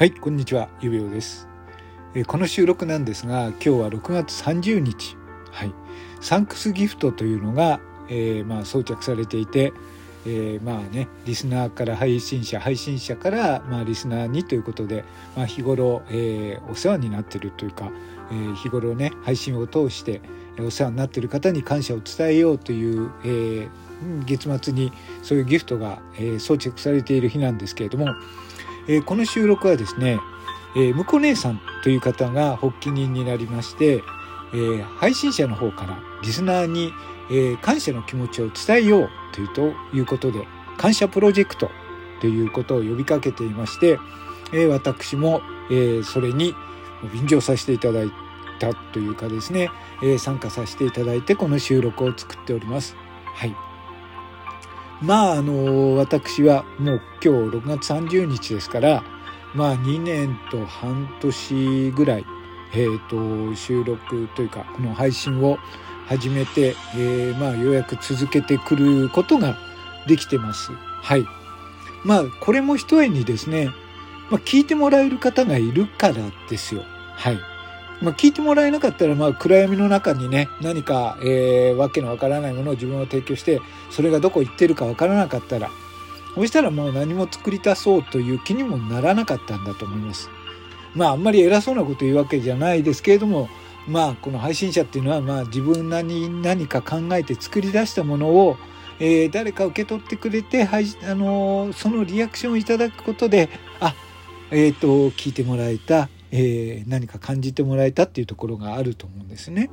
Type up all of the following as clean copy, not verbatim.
はい、こんにちは、ゆべおです。この収録なんですが、今日は6月30日、はい、サンクスギフトというのが、装着されていて、リスナーから配信者から、リスナーにということで、日頃、お世話になっているというか、日頃ね配信を通してお世話になっている方に感謝を伝えようという、月末にそういうギフトが、装着されている日なんですけれども、この収録はですね、むこ姉さんという方が発起人になりまして、配信者の方からリスナーに、感謝の気持ちを伝えようということで、感謝プロジェクトということを呼びかけていまして、私も、それに便乗させていただいたというかですね、参加させていただいてこの収録を作っております。はい。私はもう今日6月30日ですから、2年と半年ぐらい、収録というかこの配信を始めて、ようやく続けてくることができてます。はい。これもひとえにですね、聞いてもらえる方がいるからですよ。はい。聞いてもらえなかったら、暗闇の中にね、何か、わけのわからないものを自分を提供して、それがどこ行ってるかわからなかったら、そしたらもう何も作り足そうという気にもならなかったんだと思います。あんまり偉そうなこと言うわけじゃないですけれども、この配信者っていうのは、自分なりに何か考えて作り出したものを、誰か受け取ってくれて、そのリアクションをいただくことで、聞いてもらえた、何か感じてもらえたっていうところがあると思うんですね。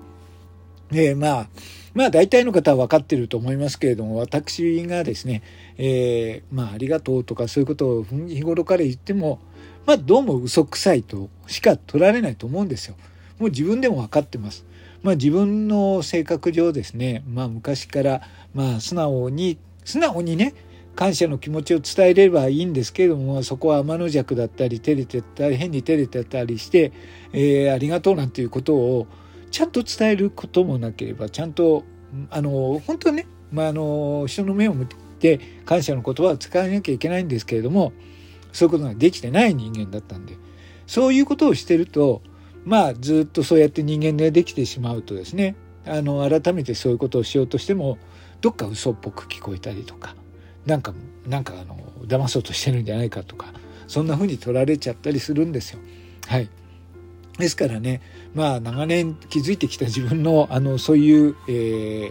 大体の方は分かっていると思いますけれども、私がですね、ありがとうとかそういうことを日頃から言っても、どうも嘘くさいとしか取られないと思うんですよ。もう自分でも分かってます。自分の性格上ですね、昔から素直にね、感謝の気持ちを伝えればいいんですけれども、そこは天の弱だったり変に照れてたりして、ありがとうなんていうことをちゃんと伝えることもなければ、ちゃんと本当はね、人の目を向いて感謝の言葉を使わなきゃいけないんですけれども、そういうことができてない人間だったんで、そういうことをしてると、ずっとそうやって人間ができてしまうとですね、改めてそういうことをしようとしてもどっか嘘っぽく聞こえたりとか、なんか騙そうとしてるんじゃないかとか、そんな風に取られちゃったりするんですよ。はい。ですからね、長年築いてきた自分のそういう、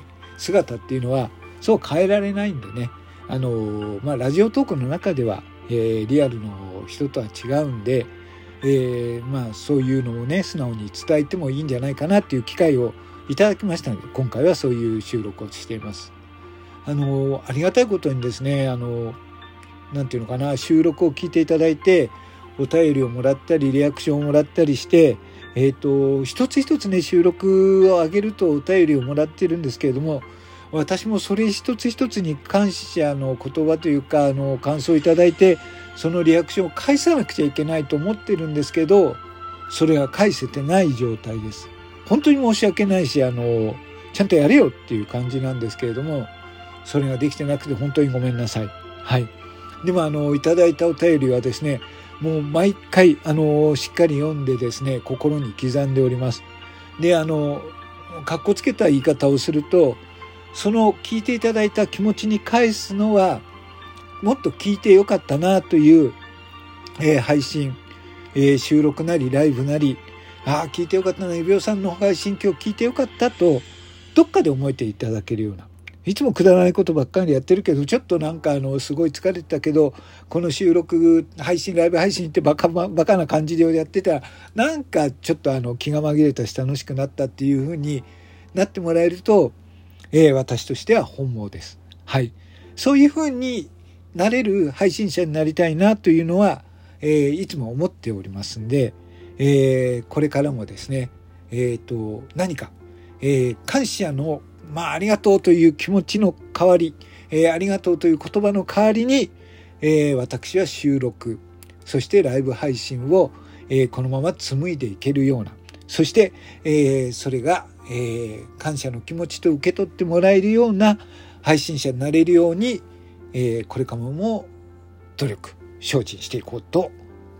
姿っていうのはそう変えられないんでね、ラジオトークの中では、リアルの人とは違うんで、そういうのをね素直に伝えてもいいんじゃないかなっていう機会をいただきましたので、今回はそういう収録をしています。ありがたいことにですね、なんていうのかな、収録を聞いていただいてお便りをもらったりリアクションをもらったりして、一つ一つね収録を上げるとお便りをもらっているんですけれども、私もそれ一つ一つに感謝の言葉というか感想をいただいて、そのリアクションを返さなくちゃいけないと思ってるんですけど、それが返せてない状態です。本当に申し訳ないし、ちゃんとやれよっていう感じなんですけれども、それができてなくて本当にごめんなさい。はい。でもいただいたお便りはですね、もう毎回しっかり読んでですね、心に刻んでおります。でかっこつけた言い方をすると、その聞いていただいた気持ちに返すのは、もっと聞いてよかったなという、配信、収録なりライブなり、聞いてよかったな、ゆびおさんの配信今日聞いてよかったとどっかで思えていただけるような、いつもくだらないことばっかりやってるけど、ちょっとすごい疲れてたけど、この収録配信ライブ配信ってバカな感じでやってたら、ちょっと気が紛れたし楽しくなったっていう風になってもらえると、私としては本望です。はい。そういう風になれる配信者になりたいなというのは、いつも思っておりますんで、これからもですね、何か、感謝のありがとうという気持ちの代わり、ありがとうという言葉の代わりに、私は収録、そしてライブ配信を、このまま紡いでいけるような、そして、それが、感謝の気持ちと受け取ってもらえるような配信者になれるように、これからも努力精進していこうと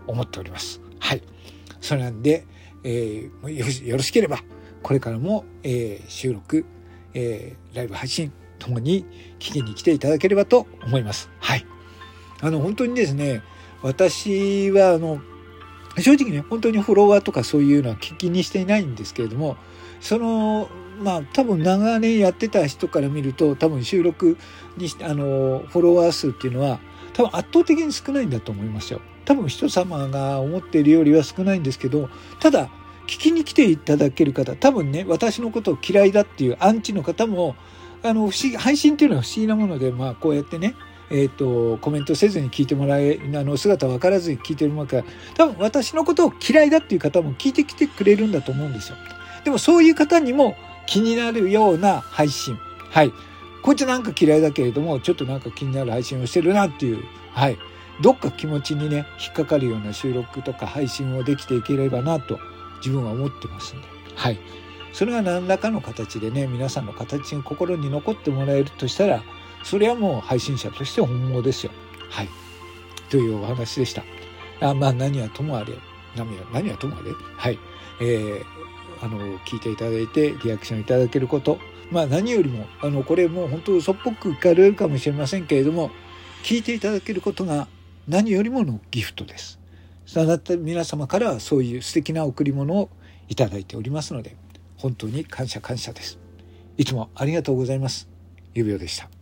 思っております。はい。それなんで、よろしければ、これからも、収録、ライブ配信ともに聞きに来ていただければと思います。はい。本当にですね、私は正直ね、本当にフォロワーとかそういうのは気にしていないんですけれども、多分長年やってた人から見ると、多分収録にフォロワー数っていうのは多分圧倒的に少ないんだと思いますよ。多分人様が思っているよりは少ないんですけど、ただ聞きに来ていただける方、多分ね、私のことを嫌いだっていうアンチの方も配信っていうのは不思議なもので、こうやってね、コメントせずに聞いてもらえ、姿分からずに聞いてるものから、多分私のことを嫌いだっていう方も聞いてきてくれるんだと思うんですよ。でもそういう方にも気になるような配信。はい。こいつなんか嫌いだけれども、ちょっとなんか気になる配信をしてるなっていう、はい。どっか気持ちにね、引っかかるような収録とか配信をできていければなと自分は思ってますんで。はい。それが何らかの形でね、皆さんの形に心に残ってもらえるとしたら、それはもう配信者として本望ですよ。はい。というお話でした。何はともあれ。はい。聞いていただいてリアクションいただけること。何よりも、これもう本当嘘っぽく聞かれるかもしれませんけれども、聞いていただけることが何よりものギフトです。皆様からはそういう素敵な贈り物をいただいておりますので、本当に感謝です。いつもありがとうございます。ゆびおでした。